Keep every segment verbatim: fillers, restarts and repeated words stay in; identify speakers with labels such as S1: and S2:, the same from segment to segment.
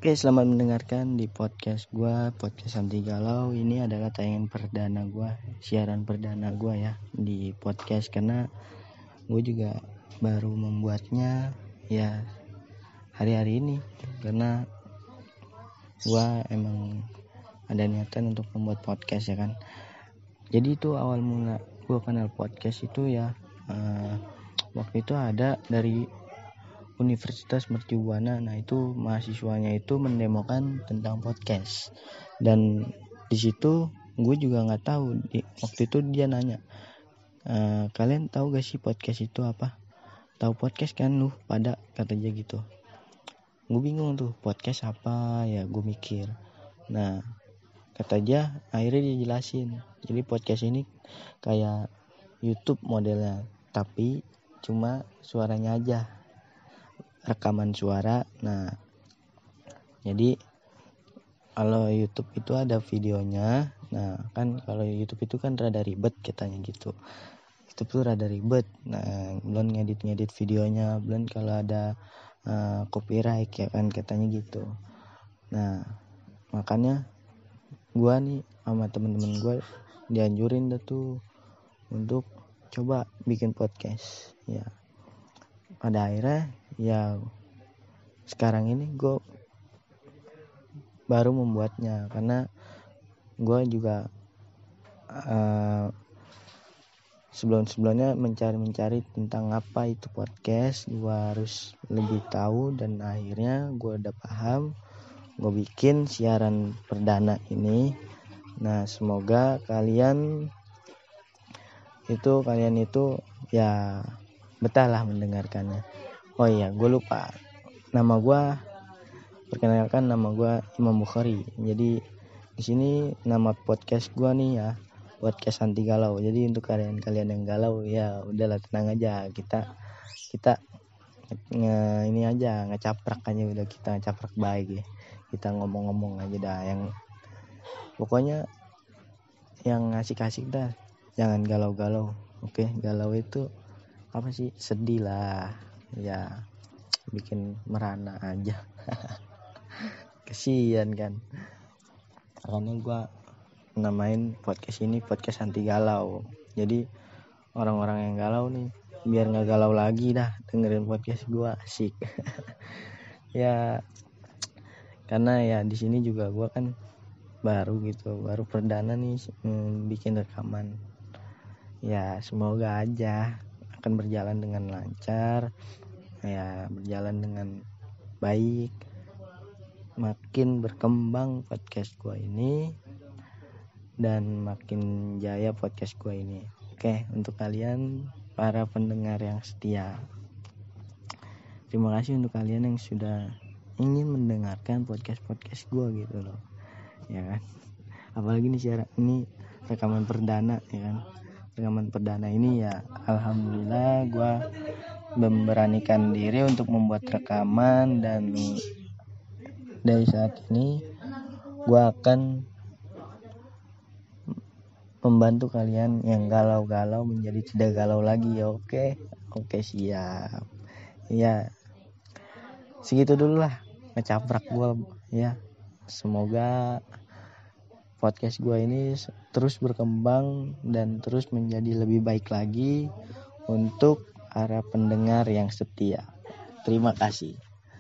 S1: Oke, selamat mendengarkan di podcast gue, podcast Anti Galau. Ini adalah tayangan perdana gue, siaran perdana gue ya di podcast, karena gue juga baru membuatnya ya hari-hari ini, karena gue emang ada niatan untuk membuat podcast ya kan. Jadi itu awal mula gue kenal podcast itu ya uh, waktu itu ada dari Universitas Mercu Buana. Nah itu mahasiswanya itu mendemokan tentang podcast, dan di situ gue juga nggak tahu. Di, waktu itu dia nanya, e, kalian tahu gak sih podcast itu apa? Tahu podcast kan lu pada, kata dia gitu. Gue bingung tuh podcast apa ya, gue mikir. Nah kata dia, akhirnya dia jelasin, jadi podcast ini kayak YouTube modelnya, tapi cuma suaranya aja, rekaman suara. Nah jadi kalau YouTube itu ada videonya. Nah kan kalau YouTube itu kan rada ribet katanya gitu. YouTube tuh rada ribet. Nah belum ngedit-ngedit videonya, belum kalau ada uh, copyright ya kan katanya gitu. Nah makanya gua nih sama temen-temen gua dianjurin dah tuh untuk coba bikin podcast ya. Pada akhirnya ya sekarang ini gue baru membuatnya, karena gue juga uh, sebelum-sebelumnya mencari-mencari tentang apa itu podcast. Gue harus lebih tahu, dan akhirnya gue udah paham. Gue bikin siaran perdana ini. Nah semoga kalian itu kalian itu ya betah lah mendengarkannya. Oh iya, gue lupa. Nama gue, perkenalkan nama gue Imam Bukhari. Jadi di sini nama podcast gue nih ya, podcast Anti Galau. Jadi untuk kalian-kalian yang galau ya udahlah, tenang aja. Kita kita nge, ini aja ngecaprak aja, udah kita ngecaprak baik ya. Kita ngomong-ngomong aja dah, yang pokoknya yang asik-asik dah. Jangan galau-galau. Oke, galau itu apa sih? Sedih lah. Ya bikin merana aja. Kesian kan. Karena gue namain podcast ini podcast Anti Galau. Jadi orang-orang yang galau nih biar nggak galau lagi dah dengerin podcast gue, asik. Ya karena ya di sini juga gue kan baru gitu, baru perdana nih hmm, bikin rekaman. Ya semoga aja akan berjalan dengan lancar, ya berjalan dengan baik, makin berkembang podcast gue ini, dan makin jaya podcast gue ini. Oke, untuk kalian para pendengar yang setia, terima kasih untuk kalian yang sudah ingin mendengarkan podcast-podcast gue gitu loh, ya kan. Apalagi nih siaran ini rekaman perdana ya kan. Rekaman perdana ini ya alhamdulillah gue memberanikan diri untuk membuat rekaman, dan dari saat ini gue akan membantu kalian yang galau-galau menjadi tidak galau lagi ya. Oke oke siap ya, segitu dulu lah ngecaprak gue ya. Semoga podcast gue ini terus berkembang dan terus menjadi lebih baik lagi untuk para pendengar yang setia. Terima kasih.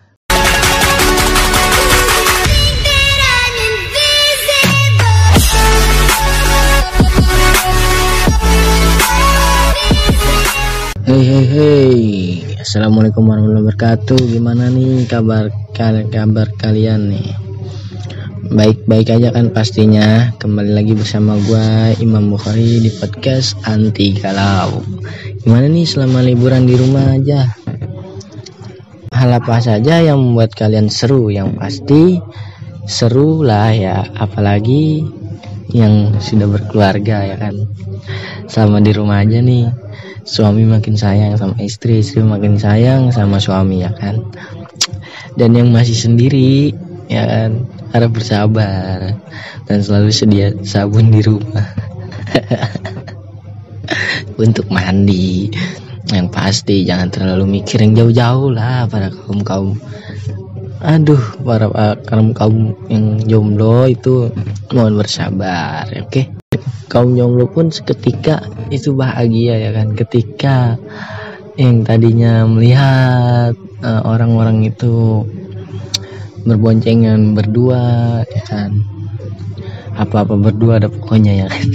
S1: Hey hey hey, assalamualaikum warahmatullahi wabarakatuh. Gimana nih kabar kabar kalian nih? Baik-baik aja kan pastinya. Kembali lagi bersama gue Imam Bukhari di podcast Anti Galau. Gimana nih selama liburan di rumah aja? Hal apa saja yang membuat kalian seru? Yang pasti seru lah ya, apalagi yang sudah berkeluarga ya kan. Selama di rumah aja nih, suami makin sayang sama istri, istri makin sayang sama suami ya kan. Dan yang masih sendiri ya kan, harap bersabar dan selalu sedia sabun di rumah untuk mandi. Yang pasti jangan terlalu mikir yang jauh-jauh lah para kaum kaum aduh para kaum kaum yang jomblo itu mohon bersabar, oke okay? Kaum jomblo pun seketika itu bahagia ya kan, ketika yang tadinya melihat uh, orang-orang itu berboncengan berdua ya kan, apa-apa berdua ada pokoknya ya kan.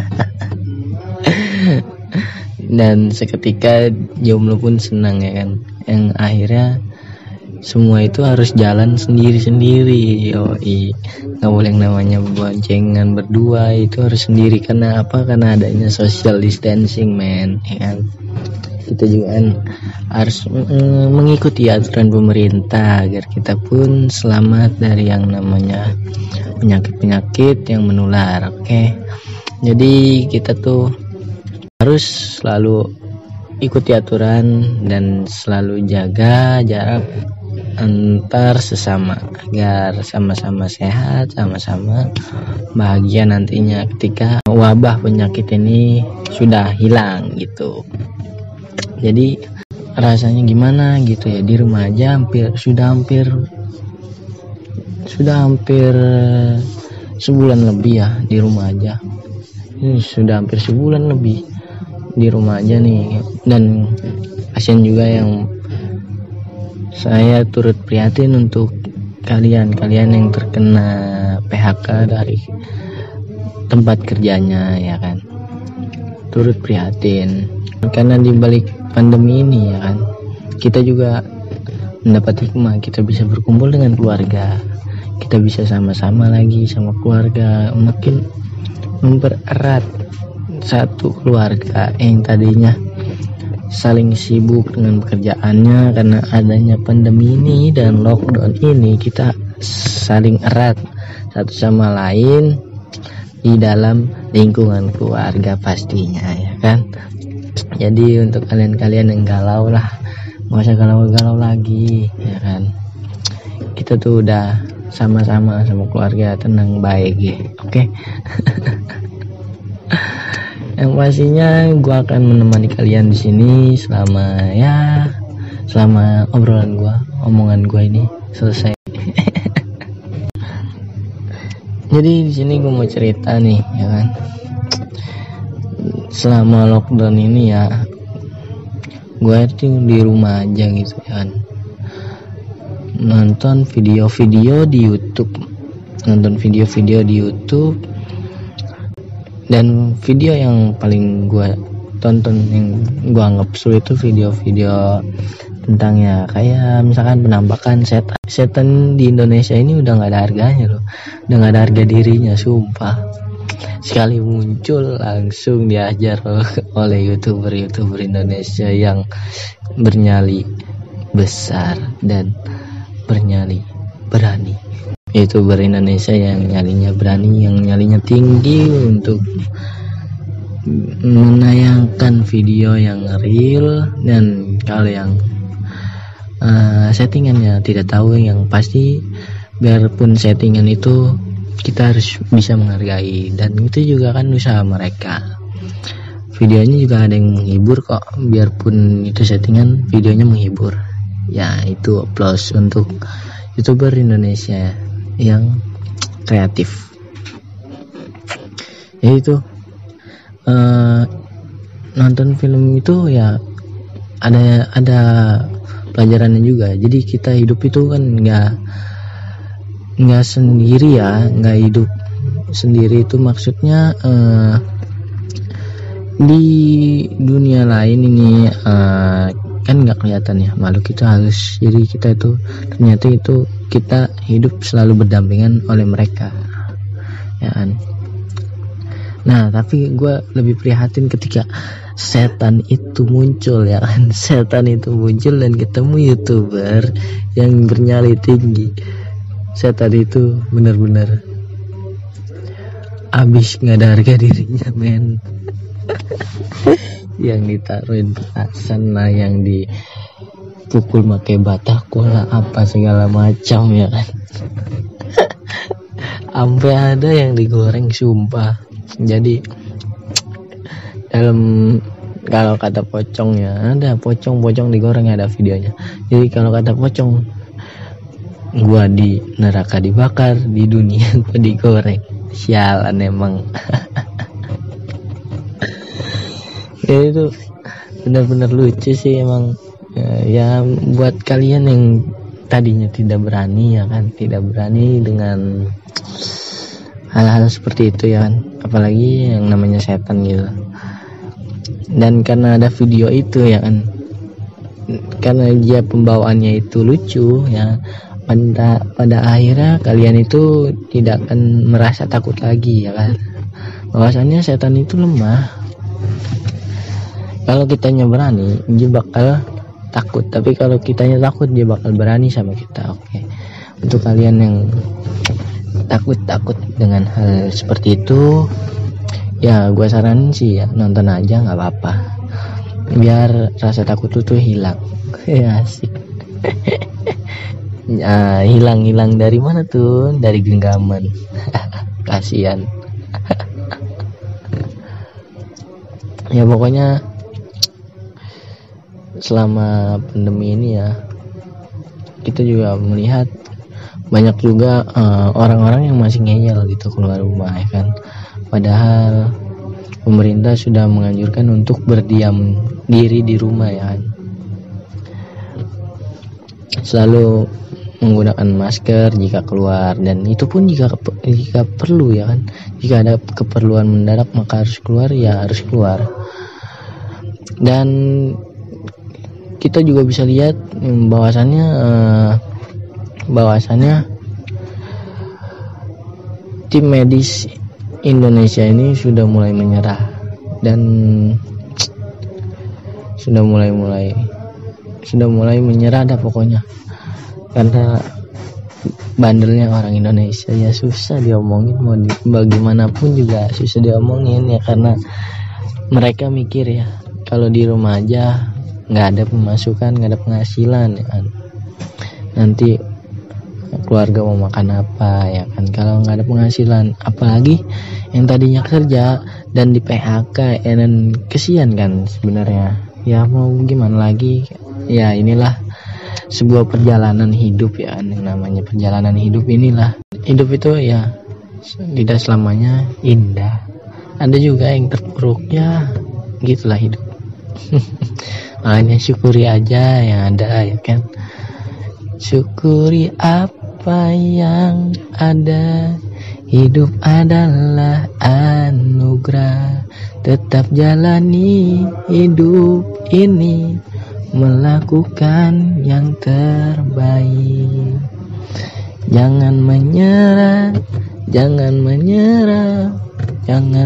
S1: Dan seketika jomblo pun senang ya kan, yang akhirnya semua itu harus jalan sendiri-sendiri. Yoi, nggak boleh yang namanya boncengan berdua, itu harus sendiri. Karena apa? Karena adanya social distancing, men, ya kan. Kita juga kan harus mm, mengikuti aturan pemerintah agar kita pun selamat dari yang namanya penyakit-penyakit yang menular. Oke, okay? Jadi kita tuh harus selalu ikuti aturan dan selalu jaga jarak antar sesama agar sama-sama sehat, sama-sama bahagia nantinya ketika wabah penyakit ini sudah hilang gitu. Jadi rasanya gimana gitu ya, di rumah aja hampir sudah hampir sudah hampir sebulan lebih ya di rumah aja. Ini sudah hampir sebulan lebih di rumah aja nih, dan kasihan juga yang saya turut prihatin untuk kalian-kalian yang terkena P H K dari tempat kerjanya ya kan. Turut prihatin karena di balik pandemi ini ya kan, kita juga mendapat hikmah, kita bisa berkumpul dengan keluarga, kita bisa sama-sama lagi sama keluarga, makin mempererat satu keluarga yang tadinya saling sibuk dengan pekerjaannya. Karena adanya pandemi ini dan lockdown ini, kita saling erat satu sama lain di dalam lingkungan keluarga pastinya ya kan. Jadi untuk kalian-kalian yang galau lah, nggak usah galau-galau lagi ya kan. Kita tuh udah sama-sama sama keluarga, tenang baik ya, oke okay? Yang pastinya gue akan menemani kalian di sini selama ya selama obrolan gue, omongan gue ini selesai. Jadi di sini gue mau cerita nih ya kan, selama lockdown ini ya gue itu di rumah aja gitu ya kan, nonton video-video di YouTube, nonton video-video di YouTube. Dan video yang paling gue tonton, yang gue anggap seru itu video-video tentang ya kayak misalkan penampakan setan setan di Indonesia ini udah nggak ada harganya loh, udah nggak ada harga dirinya, sumpah. Sekali muncul langsung diajar oleh youtuber-youtuber Indonesia yang bernyali besar dan bernyali berani. Youtuber Indonesia yang nyalinya berani, yang nyalinya tinggi untuk menayangkan video yang real. Dan kalau yang uh, settingannya tidak tahu, yang pasti biarpun settingan itu kita harus bisa menghargai, dan itu juga kan usaha mereka. Videonya juga ada yang menghibur kok, biarpun itu settingan, videonya menghibur ya. Itu plus untuk youtuber Indonesia yang kreatif. Ya itu uh, nonton film itu ya ada ada pelajarannya juga. Jadi kita hidup itu kan nggak nggak sendiri ya, nggak hidup sendiri itu maksudnya uh, di dunia lain ini uh, kan nggak kelihatan ya makhluk itu halus. Jadi kita itu ternyata itu kita hidup selalu berdampingan oleh mereka ya kan. Nah tapi gue lebih prihatin ketika setan itu muncul ya kan. Setan itu muncul dan ketemu youtuber yang bernyali tinggi. Setan itu benar-benar abis, nggak ada harga dirinya men. Yang ditaruhin petasan lah, yang dipukul pakai batako lah, apa segala macam ya kan. Sampai ada yang digoreng, sumpah. Jadi dalam, kalau kata pocong ya, ada pocong-pocong digoreng, ada videonya. Jadi kalau kata pocong, gua di neraka dibakar, di dunia gua digoreng. Sialan emang. Ya itu benar-benar lucu sih emang. Ya, ya buat kalian yang tadinya tidak berani ya kan, tidak berani dengan hal-hal seperti itu ya kan, apalagi yang namanya setan gitu. Dan karena ada video itu ya kan, karena dia pembawaannya itu lucu ya, pada pada akhirnya kalian itu tidak akan merasa takut lagi ya kan, bahwasannya setan itu lemah. Kalau kitanya berani dia bakal takut, tapi kalau kitanya takut dia bakal berani sama kita. Oke, untuk kalian yang takut-takut dengan hal seperti itu, ya gue saranin sih ya nonton aja, nggak apa-apa, biar rasa takut itu tuh hilang. Ya asik. Ya, hilang-hilang dari mana tuh? Dari genggaman. Kasian. Ya pokoknya selama pandemi ini ya, kita juga melihat banyak juga uh, orang-orang yang masih ngeyel gitu keluar rumah ya kan, padahal pemerintah sudah menganjurkan untuk berdiam diri di rumah ya kan, selalu menggunakan masker jika keluar, dan itu pun jika jika perlu ya kan, jika ada keperluan mendadak maka harus keluar ya harus keluar. Dan kita juga bisa lihat bahwasannya uh, bahwasannya tim medis Indonesia ini sudah mulai menyerah, dan sudah mulai mulai sudah mulai menyerah dah pokoknya, karena bandelnya orang Indonesia ya susah diomongin, mau di, bagaimanapun juga susah diomongin ya, karena mereka mikir ya kalau di rumah aja nggak ada pemasukan, nggak ada penghasilan ya kan, nanti keluarga mau makan apa ya kan, kalau nggak ada penghasilan, apalagi yang tadinya kerja dan di P H K ya, dan kesian kan sebenarnya ya, mau gimana lagi ya, inilah sebuah perjalanan hidup ya kan, yang namanya perjalanan hidup inilah, hidup itu ya tidak selamanya indah, ada juga yang terpuruk ya, gitulah hidup. Makanya syukuri aja yang ada ya kan, syukuri apa yang ada, hidup adalah anugerah, tetap jalani hidup ini, melakukan yang terbaik, jangan menyerah, jangan menyerah, jangan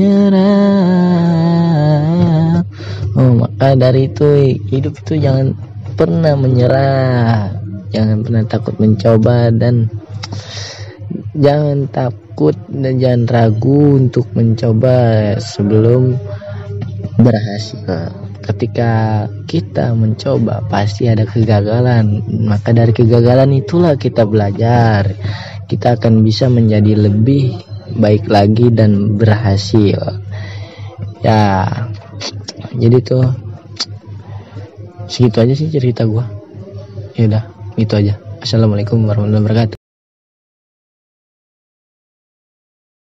S1: menyerah. Oh, maka dari itu hidup itu jangan pernah menyerah, jangan pernah takut mencoba, dan jangan takut dan jangan ragu untuk mencoba sebelum berhasil. Ketika kita mencoba pasti ada kegagalan, maka dari kegagalan itulah kita belajar, kita akan bisa menjadi lebih baik lagi dan berhasil ya. Jadi tuh segitu aja sih cerita gua. Ya udah, gitu aja. Assalamualaikum warahmatullahi wabarakatuh.